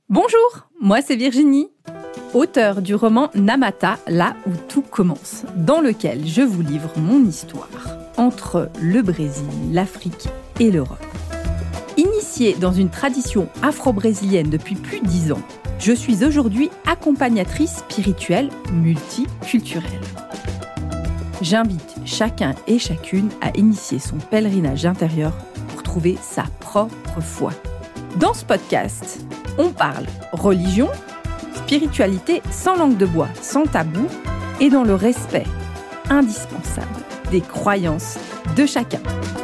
Bonjour, moi c'est Virginie, auteure du roman Namata, là où tout commence, dans lequel je vous livre mon histoire entre le Brésil, l'Afrique et l'Europe. Initiée dans une tradition afro-brésilienne depuis plus de 10 ans, je suis aujourd'hui accompagnatrice spirituelle multiculturelle. J'invite chacun et chacune à initier son pèlerinage intérieur pour trouver sa propre foi. Dans ce podcast, on parle religion, spiritualité sans langue de bois, sans tabou et dans le respect indispensable des croyances de chacun.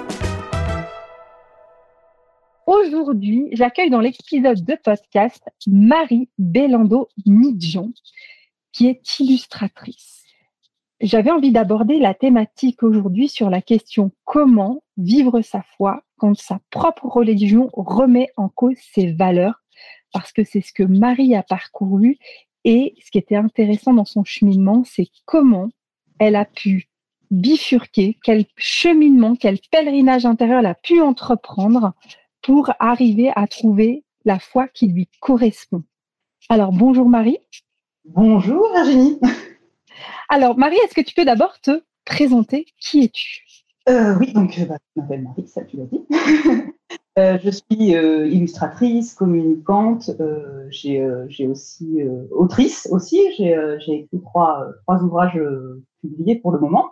Aujourd'hui, j'accueille dans l'épisode de podcast Marie Belando-Midjon, qui est illustratrice. J'avais envie d'aborder la thématique aujourd'hui sur la question comment vivre sa foi quand sa propre religion remet en cause ses valeurs, parce que c'est ce que Marie a parcouru et ce qui était intéressant dans son cheminement, c'est comment elle a pu bifurquer, quel cheminement, quel pèlerinage intérieur elle a pu entreprendre pour arriver à trouver la foi qui lui correspond. Alors, bonjour Marie. Bonjour Virginie. Alors Marie, est-ce que tu peux d'abord te présenter? Qui es-tu? Oui, donc je m'appelle Marie, ça tu l'as dit. Je suis illustratrice, communicante, j'ai aussi autrice aussi. J'ai écrit trois ouvrages publiés pour le moment.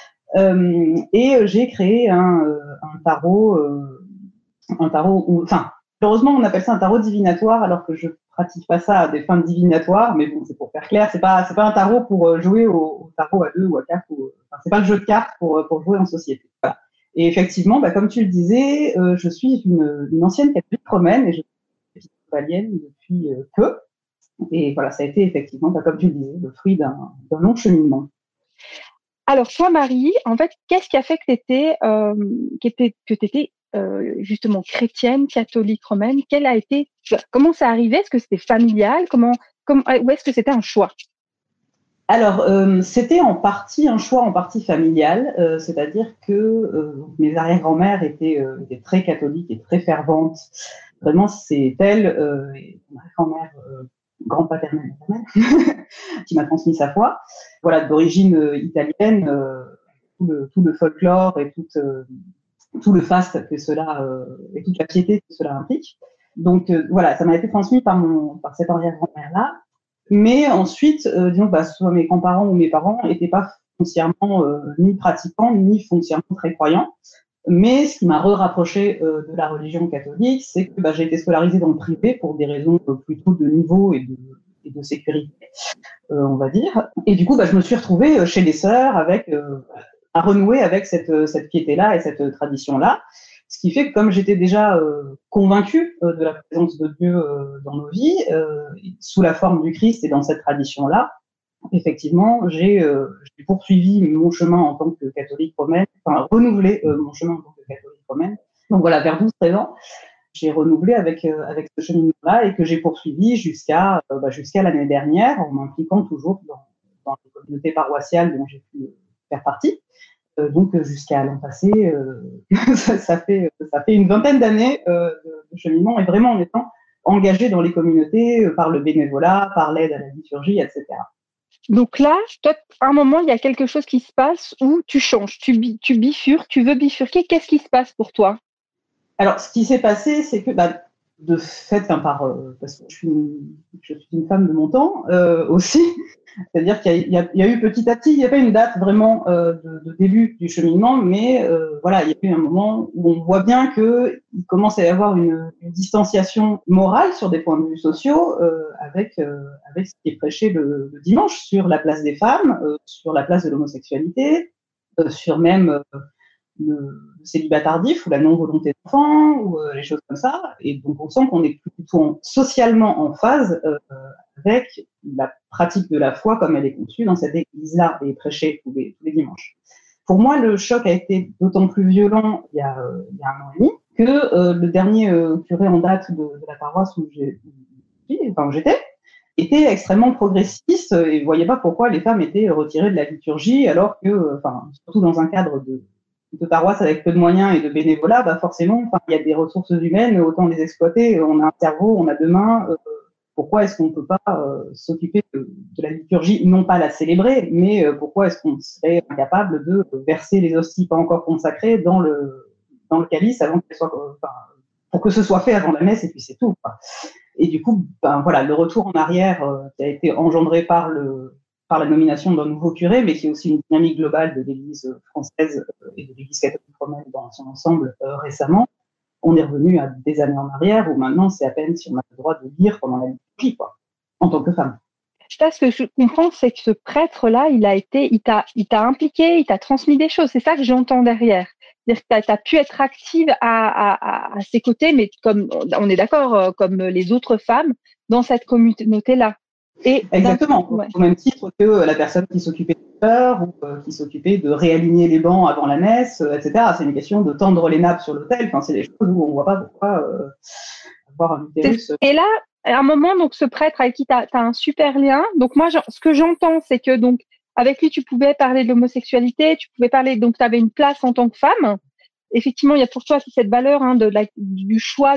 Et j'ai créé un tarot, enfin, heureusement on appelle ça un tarot divinatoire alors que je pratique pas ça à des fins divinatoires, mais bon, c'est pour faire clair, c'est pas un tarot pour jouer au tarot à 2 ou à 4, c'est pas le jeu de cartes pour jouer en société. Voilà. Et effectivement, comme tu le disais, je suis une ancienne catholique romaine et je suis épiscopalienne depuis peu. Et voilà, ça a été effectivement, comme tu le disais, le fruit d'un long cheminement. Alors toi, Marie, en fait, qu'est-ce qui a fait que tu étais justement chrétienne, catholique romaine? Comment ça arrivait? Est-ce que c'était familial? Ou est-ce que c'était un choix? Alors, c'était en partie un choix, en partie familial, c'est-à-dire que mes arrière-grand-mères étaient très catholiques et très ferventes. Vraiment, c'est elle, ma grand-mère, grand-paternelle, qui m'a transmis sa foi. Voilà, d'origine italienne, tout le folklore et tout le faste que cela et toute la piété que cela implique. Donc voilà, ça m'a été transmis par cette arrière-grand-mère-là. Mais ensuite, disons que soit mes grands-parents ou mes parents n'étaient pas foncièrement ni pratiquants, ni foncièrement très croyants. Mais ce qui m'a rapproché de la religion catholique, c'est que j'ai été scolarisée dans le privé pour des raisons plutôt de niveau et de sécurité, on va dire. Et du coup, je me suis retrouvée chez les sœurs à renouer avec cette piété-là et cette tradition-là. Ce qui fait que comme j'étais déjà convaincue de la présence de Dieu dans nos vies, sous la forme du Christ et dans cette tradition-là, effectivement, j'ai poursuivi mon chemin en tant que catholique romaine, enfin renouvelé mon chemin en tant que catholique romaine. Donc voilà, vers 12-13 ans, j'ai renouvelé avec ce cheminement-là et que j'ai poursuivi jusqu'à l'année dernière, en m'impliquant toujours dans les communautés paroissiales dont j'ai pu faire partie. Donc jusqu'à l'an passé, ça fait une vingtaine d'années de cheminement et vraiment en étant engagée dans les communautés par le bénévolat, par l'aide à la liturgie, etc. Donc là, toi, à un moment, il y a quelque chose qui se passe où tu changes, tu bifurques, tu veux bifurquer. Qu'est-ce qui se passe pour toi? Alors, ce qui s'est passé, c'est que de fait, parce que je suis une femme de mon temps aussi, c'est-à-dire qu'il y a eu petit à petit, il n'y a pas une date vraiment de début du cheminement, mais voilà, il y a eu un moment où on voit bien qu'il commence à y avoir une distanciation morale sur des points de vue sociaux avec ce qui est prêché le dimanche sur la place des femmes, sur la place de l'homosexualité, sur même le célibat tardif ou la non-volonté d'enfant ou les choses comme ça. Et donc, on sent qu'on est plutôt socialement en phase avec la pratique de la foi comme elle est conçue dans cette église-là et prêchée tous les dimanches. Pour moi, le choc a été d'autant plus violent il y a 1 an et demi que le dernier curé en date de la paroisse où j'étais était extrêmement progressiste et ne voyait pas pourquoi les femmes étaient retirées de la liturgie alors que, surtout dans un cadre de paroisse avec peu de moyens et de bénévolat, forcément, il y a des ressources humaines, autant les exploiter. On a un cerveau, on a 2 mains, pourquoi est-ce qu'on ne peut pas s'occuper de la liturgie, non pas la célébrer, mais pourquoi est-ce qu'on serait incapable de verser les hosties pas encore consacrées dans le calice avant qu'elles soient, pour que ce soit fait avant la messe, et puis c'est tout, quoi. Et du coup, voilà, le retour en arrière qui a été engendré par la nomination d'un nouveau curé, mais qui est aussi une dynamique globale de l'Église française et de l'Église catholique romaine dans son ensemble récemment. On est revenu à des années en arrière où maintenant c'est à peine si on a le droit de lire pendant la liturgie, quoi, en tant que femme. Ça, ce que je comprends, c'est que ce prêtre-là, il t'a impliqué, il t'a transmis des choses. C'est ça que j'entends derrière. C'est-à-dire que tu as pu être active à ses côtés, mais comme on est d'accord, comme les autres femmes dans cette communauté-là. Et exactement, au même titre que la personne qui s'occupait des fleurs ou qui s'occupait de réaligner les bancs avant la messe, etc. C'est une question de tendre les nappes sur l'autel. Enfin, c'est des choses où on ne voit pas pourquoi avoir un utérus. Et là, à un moment, donc ce prêtre avec qui tu as un super lien. Donc moi, ce que j'entends, c'est que donc avec lui, tu pouvais parler de l'homosexualité, tu pouvais parler, donc tu avais une place en tant que femme. Effectivement, il y a pour toi cette valeur du choix,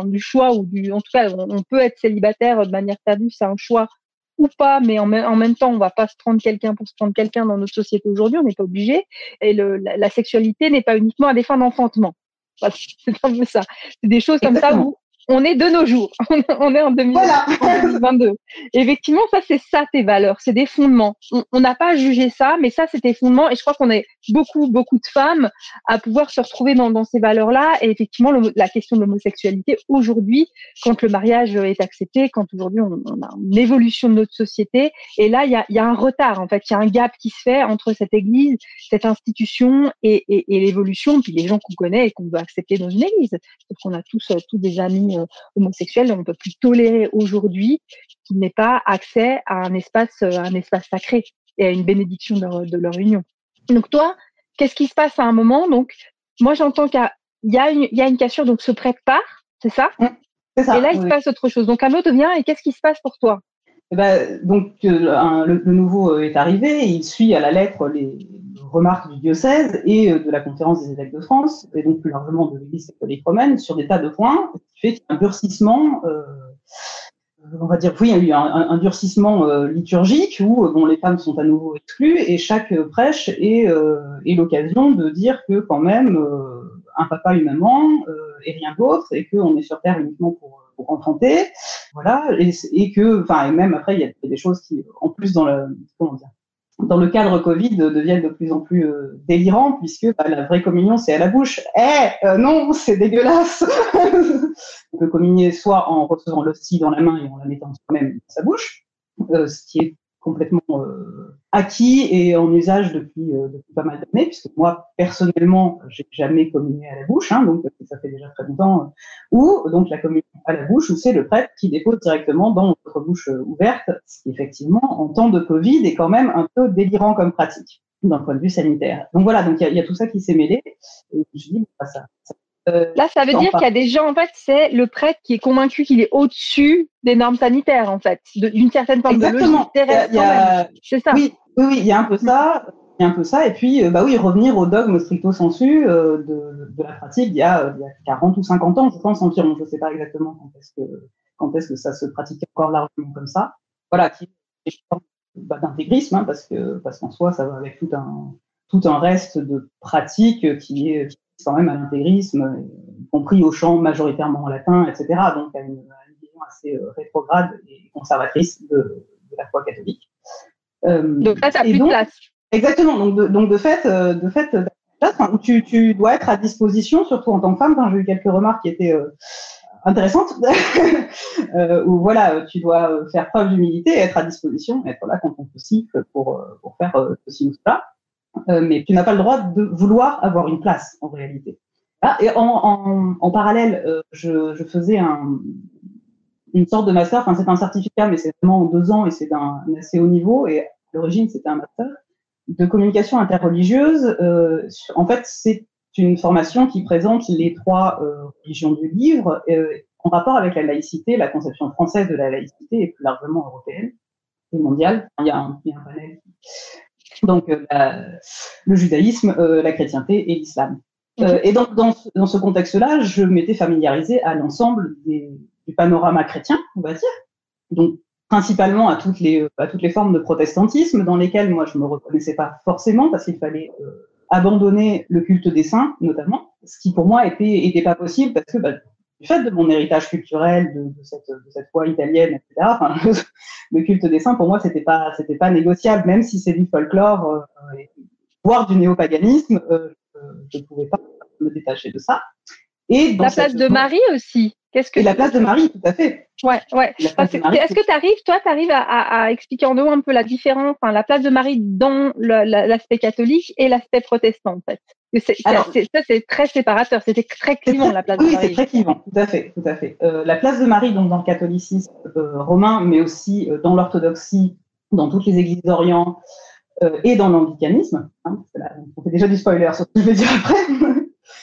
en tout cas, on peut être célibataire de manière perdue, c'est un choix ou pas, mais en même temps, on va pas se prendre quelqu'un pour se prendre quelqu'un dans notre société aujourd'hui, on n'est pas obligé. Et la sexualité n'est pas uniquement à des fins d'enfantement. Voilà, c'est un peu ça. C'est des choses comme ça où on est de nos jours. On est en 2022. Et effectivement, ça, c'est ça tes valeurs. C'est des fondements. On n'a pas jugé ça, mais ça, c'est tes fondements. Et je crois qu'on est beaucoup de femmes à pouvoir se retrouver dans ces valeurs-là. Et effectivement, la question de l'homosexualité aujourd'hui, quand le mariage est accepté, quand aujourd'hui on a une évolution de notre société, et là, il y a un retard, en fait. Il y a un gap qui se fait entre cette église, cette institution et l'évolution, puis les gens qu'on connaît et qu'on veut accepter dans une église. Parce qu'on a tous des amis homosexuels, on ne peut plus tolérer aujourd'hui qu'il n'ait pas accès à un espace sacré et à une bénédiction de leur union. Donc toi, qu'est-ce qui se passe à un moment? Donc moi j'entends qu'il y a une cassure, donc ce prêtre part, c'est ça? C'est ça. Et là il se passe autre chose. Donc un autre vient et qu'est-ce qui se passe pour toi? Donc le nouveau est arrivé, et il suit à la lettre les remarques du diocèse et de la conférence des évêques de France, et donc plus largement de l'Église catholique romaine, sur des tas de points, ce qui fait qu'il y a un durcissement, on va dire, oui, il y a eu un durcissement liturgique où les femmes sont à nouveau exclues, et chaque prêche est l'occasion de dire que quand même un papa, une maman et rien d'autre, et qu'on est sur Terre uniquement pour enfanter, voilà, et que, et même après, il y a des choses qui, en plus dans le cadre Covid, deviennent de plus en plus délirants, puisque la vraie communion, c'est à la bouche. Non, c'est dégueulasse. On peut communier soit en recevant l'hostie dans la main et en la mettant soi-même dans sa bouche, ce qui est complètement acquis et en usage depuis pas mal d'années, puisque moi, personnellement, j'ai jamais communié à la bouche, donc ça fait déjà très longtemps, ou donc la communion à la bouche, où c'est le prêtre qui dépose directement dans votre bouche ouverte, ce qui effectivement, en temps de Covid, est quand même un peu délirant comme pratique, d'un point de vue sanitaire. Donc voilà, donc il y a tout ça qui s'est mêlé, et je dis, ça là, ça veut dire qu'il y a des gens, en fait, c'est le prêtre qui est convaincu qu'il est au-dessus des normes sanitaires, en fait, d'une certaine forme de logique terrestre. C'est ça. Oui, il y a un peu ça. Il y a un peu ça, et puis revenir au dogme stricto sensu de la pratique il y a 40 ou 50 ans, je pense environ. Je ne sais pas exactement quand est-ce que ça se pratique encore largement comme ça. Voilà, qui est une forme d'intégrisme, parce qu'en soi, ça va avec tout un reste de pratique qui est quand même à l'intégrisme, y compris au chant majoritairement en latin, etc. Donc à une vision assez rétrograde et conservatrice de la foi catholique. Donc là, tu n'as plus de place. Exactement. Donc de fait, tu dois être à disposition, surtout en tant que femme. J'ai eu quelques remarques qui étaient intéressantes, où voilà, tu dois faire preuve d'humilité, être à disposition, être là quand on te siffle pour faire ceci ou cela. Mais tu n'as pas le droit de vouloir avoir une place en réalité. Et en parallèle, je faisais une sorte de master. C'est un certificat, mais c'est vraiment en 2 ans et c'est d'un assez haut niveau. Et à l'origine, c'était un master de communication interreligieuse. En fait, c'est une formation qui présente les 3 religions du livre en rapport avec la laïcité, la conception française de la laïcité et plus largement européenne et mondiale. Il y a un panel. Donc, le judaïsme, la chrétienté et l'islam. Et donc, dans ce contexte-là, je m'étais familiarisée à l'ensemble du panorama chrétien, on va dire, donc principalement à toutes les formes de protestantisme dans lesquelles moi je me reconnaissais pas forcément parce qu'il fallait abandonner le culte des saints notamment, ce qui pour moi était pas possible parce que du fait de mon héritage culturel, de cette foi italienne, etc. Enfin, le culte des saints pour moi c'était pas négociable, même si c'est du folklore, voire du néopaganisme, je ne pouvais pas me détacher de ça. Et la place de Marie aussi. Et la place de Marie, tout à fait. Ouais. Est-ce que tu arrives à expliquer en deux mots un peu la différence, la place de Marie dans l'aspect catholique et l'aspect protestant, en fait? C'est très séparateur, c'était très clivant, la place de Marie. Oui, c'est très clivant, tout à fait. La place de Marie, donc, dans le catholicisme romain, mais aussi dans l'orthodoxie, dans toutes les églises d'Orient et dans l'anglicanisme, on fait déjà du spoiler sur ce que je vais dire après.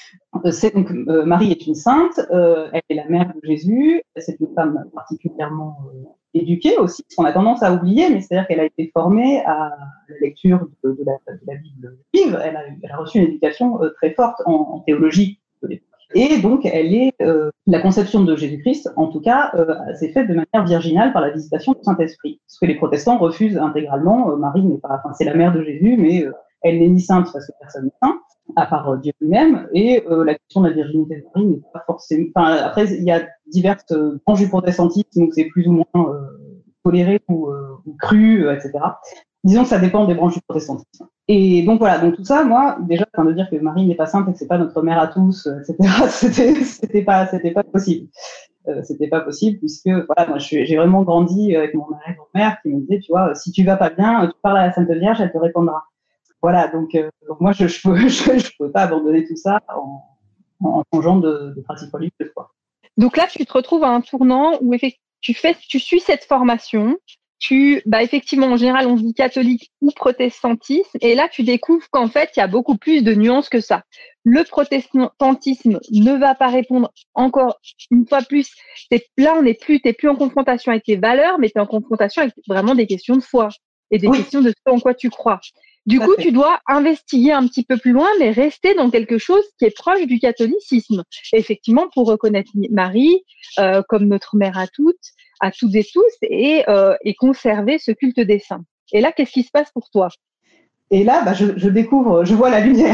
Marie est une sainte, elle est la mère de Jésus, c'est une femme particulièrement éduquée aussi, ce qu'on a tendance à oublier, mais c'est-à-dire qu'elle a été formée à la lecture de la Bible vive, elle a reçu une éducation très forte en théologie de l'époque. Et donc, elle est la conception de Jésus-Christ, en tout cas, s'est faite de manière virginale par la visitation du Saint-Esprit. Ce que les protestants refusent intégralement. Marie n'est pas, c'est la mère de Jésus, mais elle n'est ni sainte parce que personne n'est saint, à part Dieu lui-même. Et la question de la virginité de Marie n'est pas forcément. Enfin, après, il y a diverses branches du protestantisme où c'est plus ou moins toléré ou cru, etc. Disons que ça dépend des branches du protestantisme. Et donc voilà, donc tout ça, moi, déjà, de dire que Marie n'est pas sainte et que c'est pas notre mère à tous, etc., c'était pas possible. C'était pas possible puisque, voilà, moi, j'ai vraiment grandi avec mon arrière-grand-mère qui me disait, tu vois, si tu vas pas bien, tu parles à la Sainte Vierge, elle te répondra. Voilà, donc moi, je peux pas abandonner tout ça en changeant de pratique religieuse, quoi. Donc là, tu te retrouves à un tournant où tu suis cette formation. Effectivement, en général, on dit catholique ou protestantisme, et là, tu découvres qu'en fait, il y a beaucoup plus de nuances que ça. Le protestantisme ne va pas répondre encore une fois plus. T'es plus en confrontation avec tes valeurs, mais t'es en confrontation avec vraiment des questions de foi et des questions de ce en quoi tu crois. Du coup, tu dois investiguer un petit peu plus loin, mais rester dans quelque chose qui est proche du catholicisme. Et effectivement, pour reconnaître Marie comme notre mère à toutes et tous, et conserver ce culte des saints. Et là, qu'est-ce qui se passe pour toi? Et là, je découvre, je vois la lumière.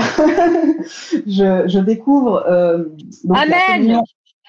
je découvre. Donc, Amen.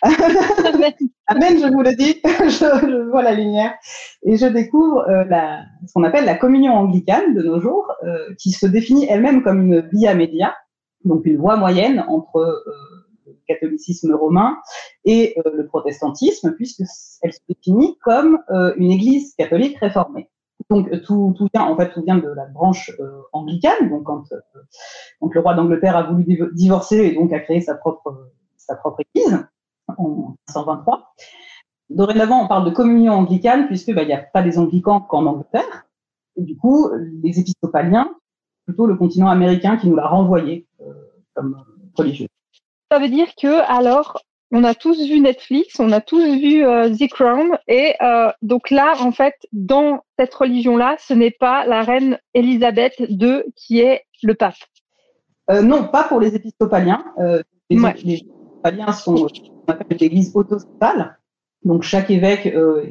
Amen, je vous le dis, je vois la lumière. Et je découvre ce qu'on appelle la communion anglicane de nos jours, qui se définit elle-même comme une via media, donc une voie moyenne entre le catholicisme romain et le protestantisme, puisqu'elle se définit comme une église catholique réformée. Donc tout vient de la branche anglicane. Donc quand le roi d'Angleterre a voulu divorcer et donc a créé sa propre église en 1523. Dorénavant, on parle de communion anglicane puisque il n'y a pas des anglicans qu'en Angleterre. Et du coup, les épiscopaliens, plutôt le continent américain qui nous l'a renvoyé comme religieux. Ça veut dire que alors on a tous vu Netflix, on a tous vu The Crown, et donc là, en fait, dans cette religion-là, ce n'est pas la reine Elisabeth II qui est le pape. Non, pas pour les épiscopaliens. Les épiscopaliens sont ce qu'on appelle des églises autoscopales. Donc chaque évêque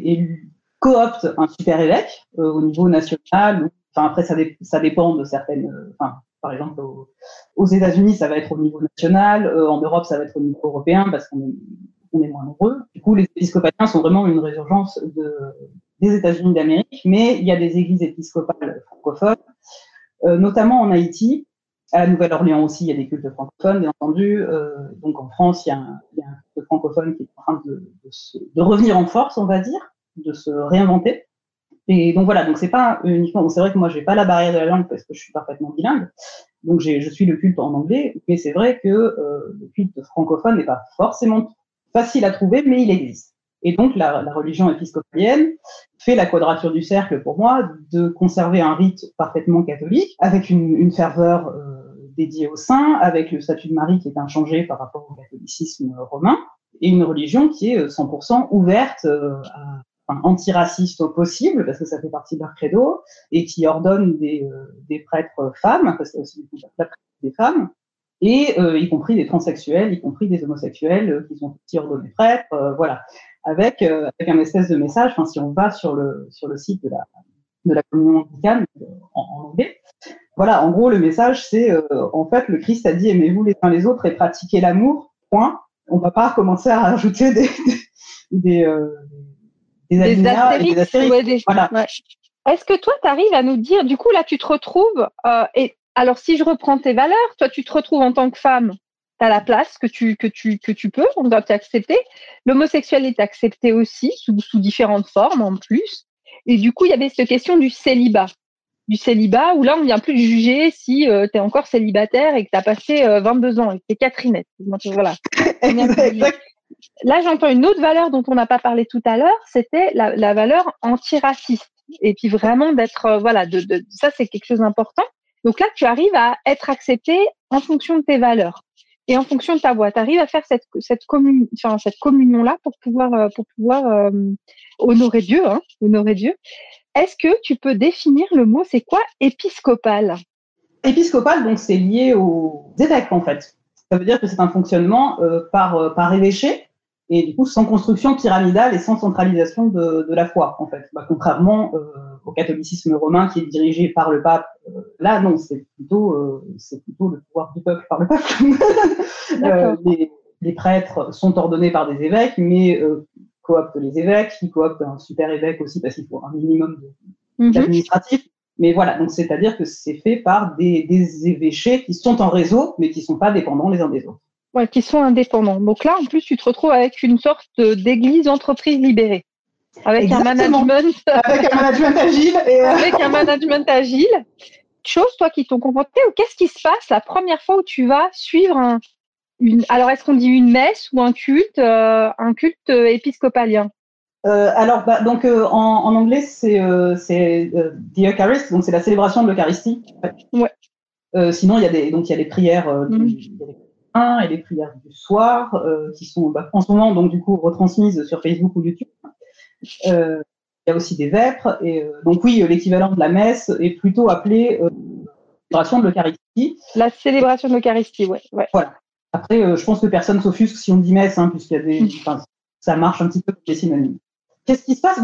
coopte un super évêque au niveau national. Après, ça dépend de certaines. Par exemple, aux États-Unis, ça va être au niveau national. En Europe, ça va être au niveau européen parce qu'on est moins nombreux. Du coup, les épiscopaliens sont vraiment une résurgence des États-Unis d'Amérique, mais il y a des églises épiscopales francophones, notamment en Haïti. À la Nouvelle-Orléans aussi, il y a des cultes francophones, bien entendu. Donc en France, il y a un culte francophone qui est en train de revenir en force, on va dire, de se réinventer. Et donc voilà, donc c'est pas uniquement. Bon, c'est vrai que moi, j'ai pas la barrière de la langue parce que je suis parfaitement bilingue. Donc je suis le culte en anglais, mais c'est vrai que le culte francophone n'est pas forcément facile à trouver, mais il existe. Et donc la religion épiscopalienne fait la quadrature du cercle pour moi de conserver un rite parfaitement catholique avec une ferveur dédiée aux saints, avec le statut de Marie qui est inchangé par rapport au catholicisme romain, et une religion qui est 100% ouverte antiraciste au possible, parce que ça fait partie de leur credo, et qui ordonne des prêtres femmes, parce qu'il y a aussi des femmes, et y compris des transsexuels, y compris des homosexuels qui sont aussi ordonnés prêtres, voilà. avec un espèce de message. Enfin, si on va sur le site de la communion anglicane en anglais, voilà, en gros, le message, c'est en fait, le Christ a dit aimez-vous les uns les autres et pratiquez l'amour. Point. On ne va pas recommencer à rajouter des alinéas et des astérisques. Voilà. Ouais. Est-ce que toi, tu arrives à nous dire, du coup, là, tu te retrouves, et alors si je reprends tes valeurs, toi, tu te retrouves en tant que femme, tu as la place que tu peux, on doit t'accepter. L'homosexualité est acceptée aussi, sous différentes formes en plus. Et du coup, il y avait cette question du célibat, où là, on vient plus juger si tu es encore célibataire et que tu as passé 22 ans et que tu es Catherinette. Voilà. Exact. Là, j'entends une autre valeur dont on n'a pas parlé tout à l'heure, c'était la valeur antiraciste. Et puis vraiment d'être, ça, c'est quelque chose d'important. Donc là, tu arrives à être accepté en fonction de tes valeurs et en fonction de ta voix. Tu arrives à faire cette communion-là pour pouvoir honorer Dieu, honorer Dieu. Est-ce que tu peux définir le mot, c'est quoi épiscopal? Épiscopal, donc c'est lié aux évêques en fait. Ça veut dire que c'est un fonctionnement par évêché et du coup sans construction pyramidale et sans centralisation de la foi en fait. Contrairement au catholicisme romain qui est dirigé par le pape, là non, c'est plutôt le pouvoir du peuple par le pape. Les prêtres sont ordonnés par des évêques, mais cooptent les évêques, qui cooptent un super évêque aussi parce qu'il faut un minimum d'administratif. Mais voilà, donc c'est-à-dire que c'est fait par des évêchés qui sont en réseau, mais qui ne sont pas dépendants les uns des autres. Ouais, qui sont indépendants. Donc là, en plus, tu te retrouves avec une sorte d'église entreprise libérée, avec un management agile. Avec un management agile. Chose, toi, qui t'ont confronté, ou qu'est-ce qui se passe la première fois où tu vas suivre alors, est-ce qu'on dit une messe ou un culte épiscopalien? En anglais, c'est the Eucharist, donc c'est la célébration de l'Eucharistie. Ouais. Sinon, il y a des prières et des prières du soir qui sont en ce moment donc du coup retransmises sur Facebook ou YouTube. Il y a aussi des vêpres et donc oui, l'équivalent de la messe est plutôt appelé célébration de l'Eucharistie. La célébration de l'Eucharistie, ouais. Voilà. Après, je pense que personne s'offusque si on dit messe, puisqu'il y a des, ça marche un petit peu comme des synonymes. Qu'est-ce qui se passe?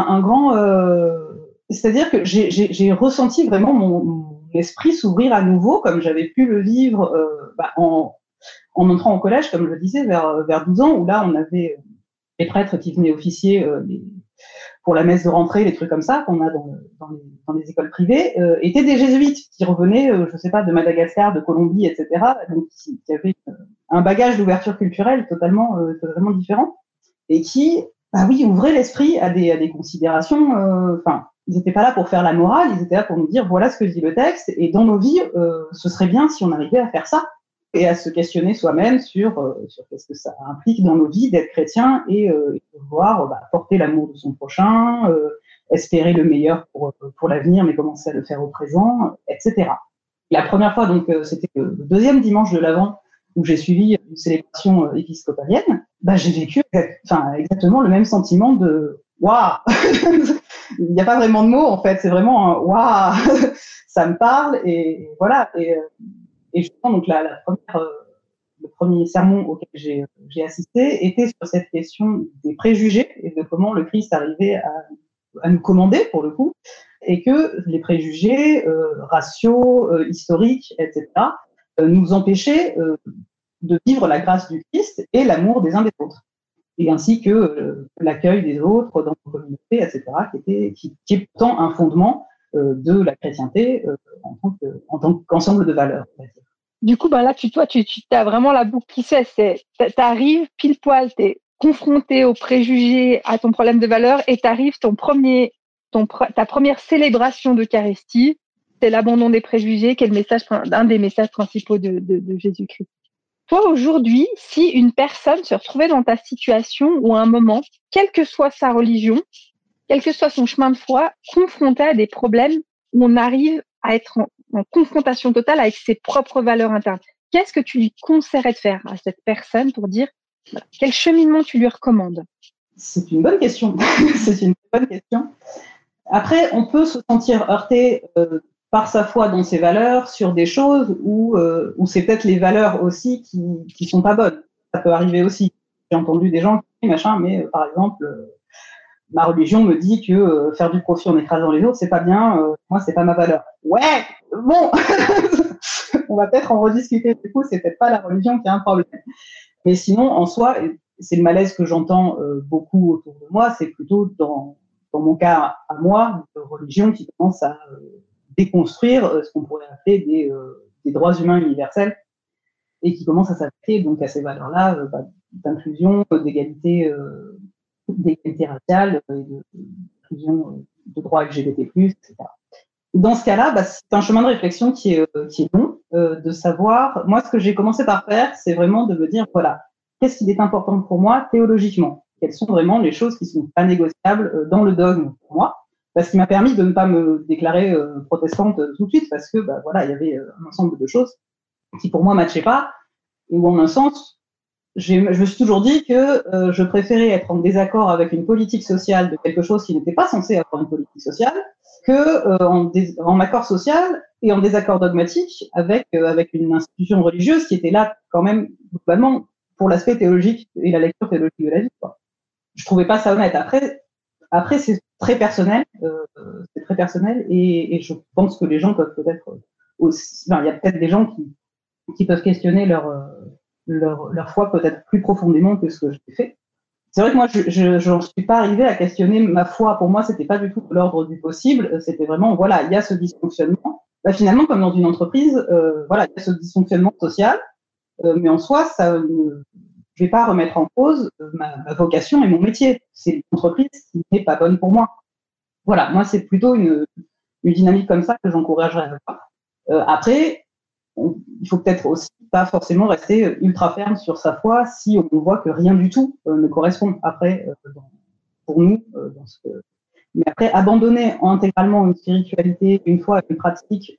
C'est-à-dire que j'ai ressenti vraiment mon esprit s'ouvrir à nouveau, comme j'avais pu le vivre en entrant au collège, comme je le disais, vers 12 ans, où là, on avait les prêtres qui venaient officier pour la messe de rentrée, les trucs comme ça qu'on a dans les écoles privées, étaient des jésuites qui revenaient, je sais pas, de Madagascar, de Colombie, etc., donc qui avaient un bagage d'ouverture culturelle totalement différent, et qui, ouvraient l'esprit à des considérations, ils n'étaient pas là pour faire la morale, ils étaient là pour nous dire, voilà ce que dit le texte, et dans nos vies, ce serait bien si on arrivait à faire ça, et à se questionner soi-même sur qu'est-ce que ça implique dans nos vies d'être chrétien et de pouvoir porter l'amour de son prochain, espérer le meilleur pour l'avenir, mais commencer à le faire au présent, etc. La première fois, donc, c'était le deuxième dimanche de l'Avent où j'ai suivi une célébration épiscopalienne. J'ai vécu exactement le même sentiment de waouh. Il n'y a pas vraiment de mots en fait, c'est vraiment un waouh. Ça me parle et voilà. Et justement, donc le premier sermon auquel j'ai assisté était sur cette question des préjugés et de comment le Christ arrivait à nous commander, pour le coup, et que les préjugés raciaux, historiques, etc., nous empêchaient de vivre la grâce du Christ et l'amour des uns des autres, et ainsi que l'accueil des autres dans nos communautés, etc., qui est pourtant un fondement de la chrétienté en tant qu'ensemble de valeurs. Du coup, là, tu as vraiment la boucle qui se fait. T'arrives pile poil, t'es confronté aux préjugés, à ton problème de valeur, et t'arrives ta première célébration d'Eucharistie, c'est l'abandon des préjugés, qui est un des messages principaux de Jésus-Christ. Toi, aujourd'hui, si une personne se retrouvait dans ta situation ou à un moment, quelle que soit sa religion, quel que soit son chemin de foi, confronté à des problèmes où on arrive à être en confrontation totale avec ses propres valeurs internes, qu'est-ce que tu lui conseillerais de faire à cette personne pour dire quel cheminement tu lui recommandes? C'est une bonne question. C'est une bonne question. Après, on peut se sentir heurté par sa foi dans ses valeurs sur des choses où c'est peut-être les valeurs aussi qui sont pas bonnes. Ça peut arriver aussi. J'ai entendu des gens qui machin, mais par exemple, ma religion me dit que faire du profit en écrasant les autres, c'est pas bien, moi, c'est pas ma valeur. Ouais, bon, on va peut-être en rediscuter, du coup, c'est peut-être pas la religion qui a un problème. Mais sinon, en soi, c'est le malaise que j'entends beaucoup autour de moi, c'est plutôt dans mon cas à moi, de religion qui commence à déconstruire ce qu'on pourrait appeler des droits humains universels et qui commence à s'attaquer donc à ces valeurs-là d'inclusion, d'égalité raciale et d'inclusion de droits LGBT+, etc. Dans ce cas-là, c'est un chemin de réflexion qui est long, de savoir. Moi, ce que j'ai commencé par faire, c'est vraiment de me dire, voilà, qu'est-ce qui est important pour moi théologiquement? Quelles sont vraiment les choses qui sont pas négociables dans le dogme pour moi? Ce qui m'a permis de ne pas me déclarer protestante tout de suite, parce que voilà, il y avait un ensemble de choses qui pour moi matchaient pas, et où en un sens, je me suis toujours dit que je préférais être en désaccord avec une politique sociale de quelque chose qui n'était pas censé avoir une politique sociale, que en accord social et en désaccord dogmatique avec une institution religieuse qui était là quand même globalement pour l'aspect théologique et la lecture théologique de la vie, quoi. Je trouvais pas ça honnête. Après c'est très personnel, et je pense que les gens peuvent peut-être aussi, il y a peut-être des gens qui peuvent questionner leur foi peut-être plus profondément que ce que j'ai fait. C'est vrai que moi, j'en suis pas arrivée à questionner ma foi. Pour moi, c'était pas du tout de l'ordre du possible. C'était vraiment, voilà, il y a ce dysfonctionnement. Finalement, comme dans une entreprise, voilà, il y a ce dysfonctionnement social, mais en soi, je vais pas remettre en cause ma vocation et mon métier. C'est l'entreprise qui n'est pas bonne pour moi. Voilà, moi, c'est plutôt une dynamique comme ça que j'encouragerais à avoir. Après, il faut peut-être aussi pas forcément rester ultra ferme sur sa foi si on voit que rien du tout ne correspond après pour nous mais après abandonner intégralement une spiritualité, une foi, une pratique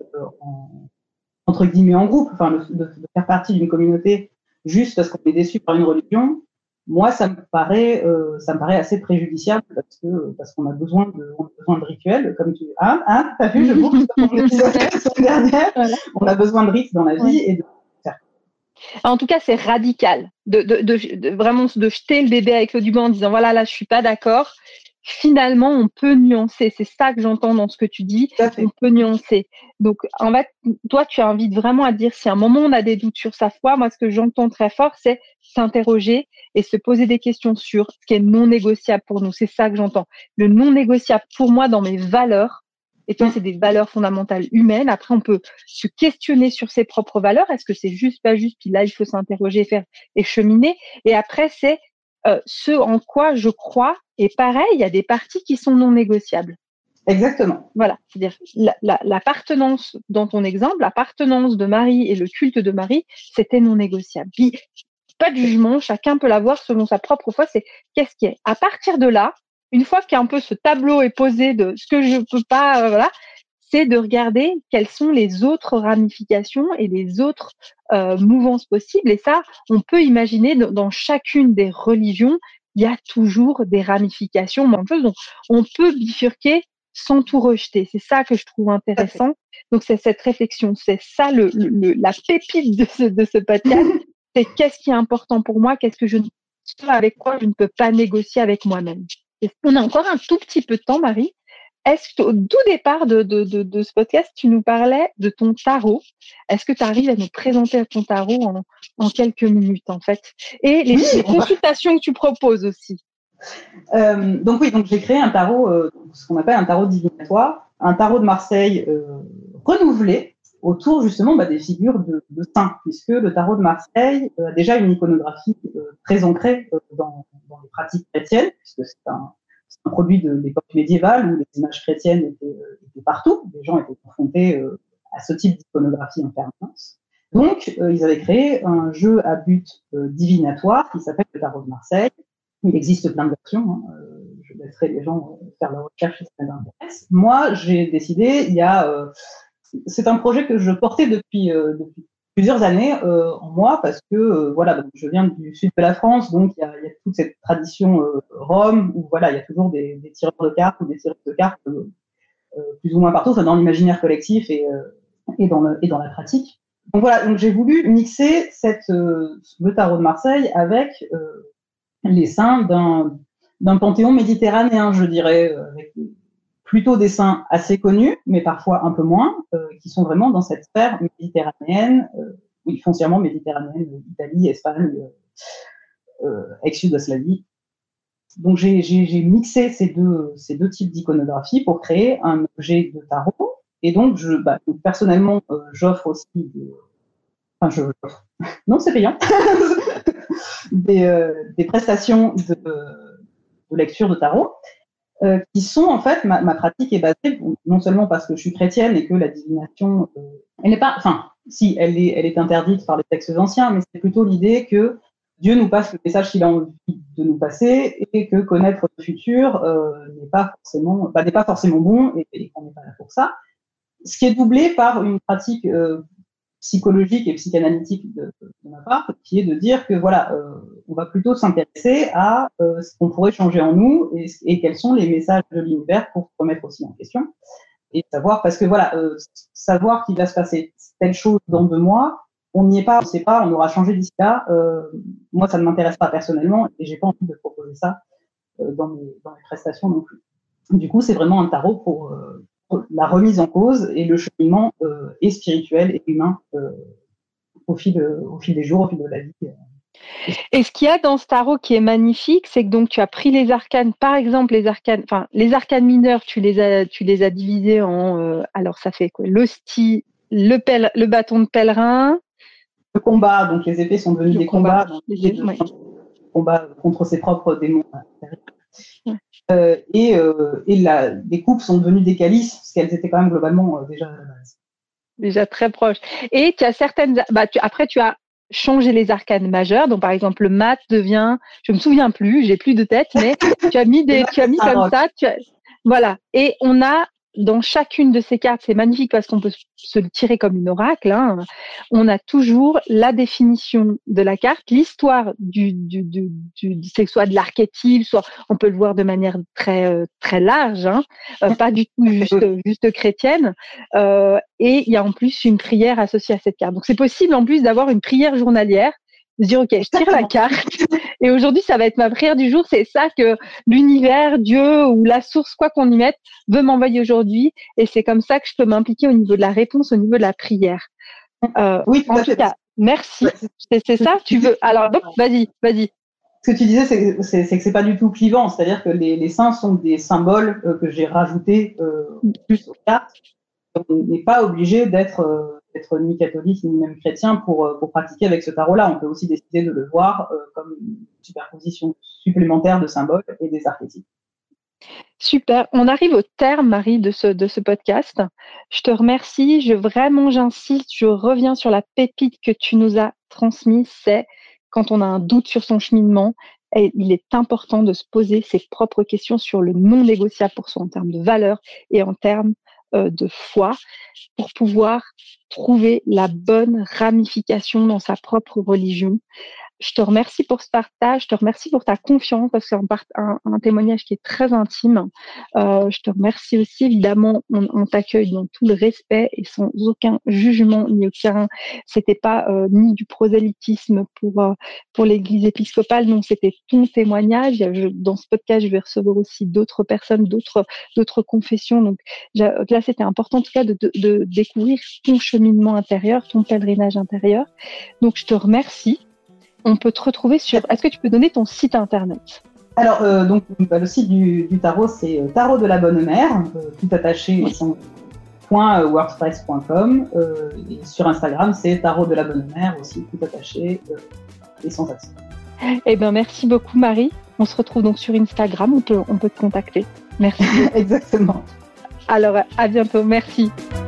entre guillemets en groupe, de faire partie d'une communauté juste parce qu'on est déçu par une religion, moi ça me paraît assez préjudiciable parce qu'on a besoin de rituels, comme tu t'as vu, je boucle sur ton épisode la semaine dernière. Voilà. On a besoin de rites dans la vie et de faire. En tout cas, c'est radical de vraiment de jeter le bébé avec l'eau du bain en disant voilà, là je suis pas d'accord. Finalement, on peut nuancer. C'est ça que j'entends dans ce que tu dis. On peut nuancer. Donc, en fait, toi, tu invites vraiment à dire si à un moment on a des doutes sur sa foi, moi, ce que j'entends très fort, c'est s'interroger et se poser des questions sur ce qui est non négociable pour nous. C'est ça que j'entends. Le non négociable pour moi dans mes valeurs, et toi, c'est des valeurs fondamentales humaines. Après, on peut se questionner sur ses propres valeurs. Est-ce que c'est juste, pas juste? Puis là, il faut s'interroger, faire et cheminer. Et après, c'est ce en quoi je crois. Et pareil, il y a des parties qui sont non négociables. Exactement. Voilà, c'est-à-dire l'appartenance, dans ton exemple, l'appartenance de Marie et le culte de Marie, c'était non négociable. Puis, pas de jugement, chacun peut l'avoir selon sa propre foi. C'est qu'est-ce qui est. À partir de là, une fois qu'un peu ce tableau est posé de ce que je peux pas, voilà, c'est de regarder quelles sont les autres ramifications et les autres mouvances possibles. Et ça, on peut imaginer dans chacune des religions, il y a toujours des ramifications, donc on peut bifurquer sans tout rejeter. C'est ça que je trouve intéressant. Donc, c'est cette réflexion. C'est ça la pépite de ce podcast. C'est qu'est-ce qui est important pour moi, avec quoi je ne peux pas négocier avec moi-même. Et on a encore un tout petit peu de temps, Marie. Est-ce qu'au tout départ de ce podcast, tu nous parlais de ton tarot? Est-ce que tu arrives à nous présenter ton tarot en quelques minutes, en fait? Et les consultations que tu proposes aussi. Donc j'ai créé un tarot, ce qu'on appelle un tarot divinatoire, un tarot de Marseille renouvelé autour justement des figures de saints, puisque le tarot de Marseille a déjà une iconographie très ancrée dans les pratiques chrétiennes, puisque c'est un produit de l'époque médiévale où les images chrétiennes étaient partout, les gens étaient confrontés à ce type d'iconographie en permanence. Donc, ils avaient créé un jeu à but divinatoire qui s'appelle le tarot de Marseille. Il existe plein de versions, je laisserai les gens faire leur recherche si ça les intéresse. Moi, j'ai décidé, c'est un projet que je portais depuis plusieurs années en moi, parce que voilà, je viens du sud de la France, donc il y a toute cette tradition Rome où voilà, il y a toujours des tireurs de cartes ou des tireurs de cartes plus ou moins partout, dans l'imaginaire collectif et dans la pratique. Donc voilà, donc j'ai voulu mixer le tarot de Marseille avec les saints d'un panthéon méditerranéen, je dirais, avec plutôt des saints assez connus, mais parfois un peu moins, qui sont vraiment dans cette sphère méditerranéenne, oui, foncièrement méditerranéenne, Italie, Espagne, ex-Yougoslavie. Donc j'ai mixé ces deux types d'iconographie pour créer un objet de tarot. Et donc personnellement, j'offre aussi non, c'est payant, des prestations de lecture de tarot. Qui sont en fait, ma pratique est basée non seulement parce que je suis chrétienne et que la divination, elle n'est pas, enfin, si elle est interdite par les textes anciens, mais c'est plutôt l'idée que Dieu nous passe le message qu'il a envie de nous passer et que connaître le futur n'est pas forcément bon et qu'on n'est pas là pour ça. Ce qui est doublé par une pratique psychologique et psychanalytique de ma part, qui est de dire que voilà, on va plutôt s'intéresser à ce qu'on pourrait changer en nous et quels sont les messages de l'univers pour se remettre aussi en question et savoir, parce que voilà, savoir qu'il va se passer telle chose dans 2 mois, on n'y est pas, on ne sait pas, on aura changé d'ici là. Moi, ça ne m'intéresse pas personnellement et j'ai pas envie de proposer ça dans mes prestations non plus. Du coup, c'est vraiment un tarot pour la remise en cause et le cheminement et spirituel et humain au fil des jours, au fil de la vie. Et ce qu'il y a dans ce tarot qui est magnifique, c'est que donc tu as pris les arcanes, par exemple les arcanes mineurs, tu les as divisés en alors ça fait quoi? L'hostie, le bâton de pèlerin, le combat, donc les épées sont devenues des combats, combat contre ses propres démons. Les coupes sont devenues des calices, parce qu'elles étaient quand même globalement déjà à la base. Déjà très proches. Et tu as certaines. Après, tu as changé les arcanes majeurs. Donc, par exemple, le mat devient. Je me souviens plus, j'ai plus de tête, mais tu as mis comme ça. Voilà. Et on a dans chacune de ces cartes, c'est magnifique parce qu'on peut se le tirer comme une oracle. Hein. On a toujours la définition de la carte, l'histoire c'est soit de l'archétype, soit on peut le voir de manière très très large, hein, pas du tout juste chrétienne. Et il y a en plus une prière associée à cette carte. Donc c'est possible en plus d'avoir une prière journalière. De dire, OK, je tire la carte et aujourd'hui, ça va être ma prière du jour. C'est ça que l'univers, Dieu ou la source, quoi qu'on y mette, veut m'envoyer aujourd'hui. Et c'est comme ça que je peux m'impliquer au niveau de la réponse, au niveau de la prière. Oui, en tout cas, merci. C'est ça, tu veux. Alors, donc, vas-y. Ce que tu disais, c'est que c'est pas du tout clivant. C'est-à-dire que les saints sont des symboles que j'ai rajoutés plus aux cartes. On n'est pas obligé d'être ni catholique ni même chrétien pour pratiquer avec ce tarot-là. On peut aussi décider de le voir comme une superposition supplémentaire de symboles et des archétypes. Super. On arrive au terme, Marie, de ce podcast. Je te remercie. J'insiste, je reviens sur la pépite que tu nous as transmise. C'est quand on a un doute sur son cheminement, et il est important de se poser ses propres questions sur le non négociable pour soi en termes de valeur et en termes de foi pour pouvoir trouver la bonne ramification dans sa propre religion. Je te remercie pour ce partage, je te remercie pour ta confiance parce que c'est un témoignage qui est très intime. Je te remercie aussi, évidemment, on t'accueille dans tout le respect et sans aucun jugement ni aucun. C'était pas ni du prosélytisme pour l'Église épiscopale, non, c'était ton témoignage. Dans ce podcast, je vais recevoir aussi d'autres personnes, d'autres confessions. Donc là, c'était important en tout cas de découvrir ton cheminement intérieur, ton pèlerinage intérieur. Donc je te remercie. On peut te retrouver sur. Est-ce que tu peux donner ton site internet? Alors, le site du tarot, c'est Tarot de la Bonne Mère, tout attaché, .wordpress.com. Et sur Instagram, c'est Tarot de la Bonne Mère, aussi tout attaché et sans accent. Eh bien, merci beaucoup, Marie. On se retrouve donc sur Instagram. On peut te contacter. Merci. Exactement. Alors, à bientôt. Merci.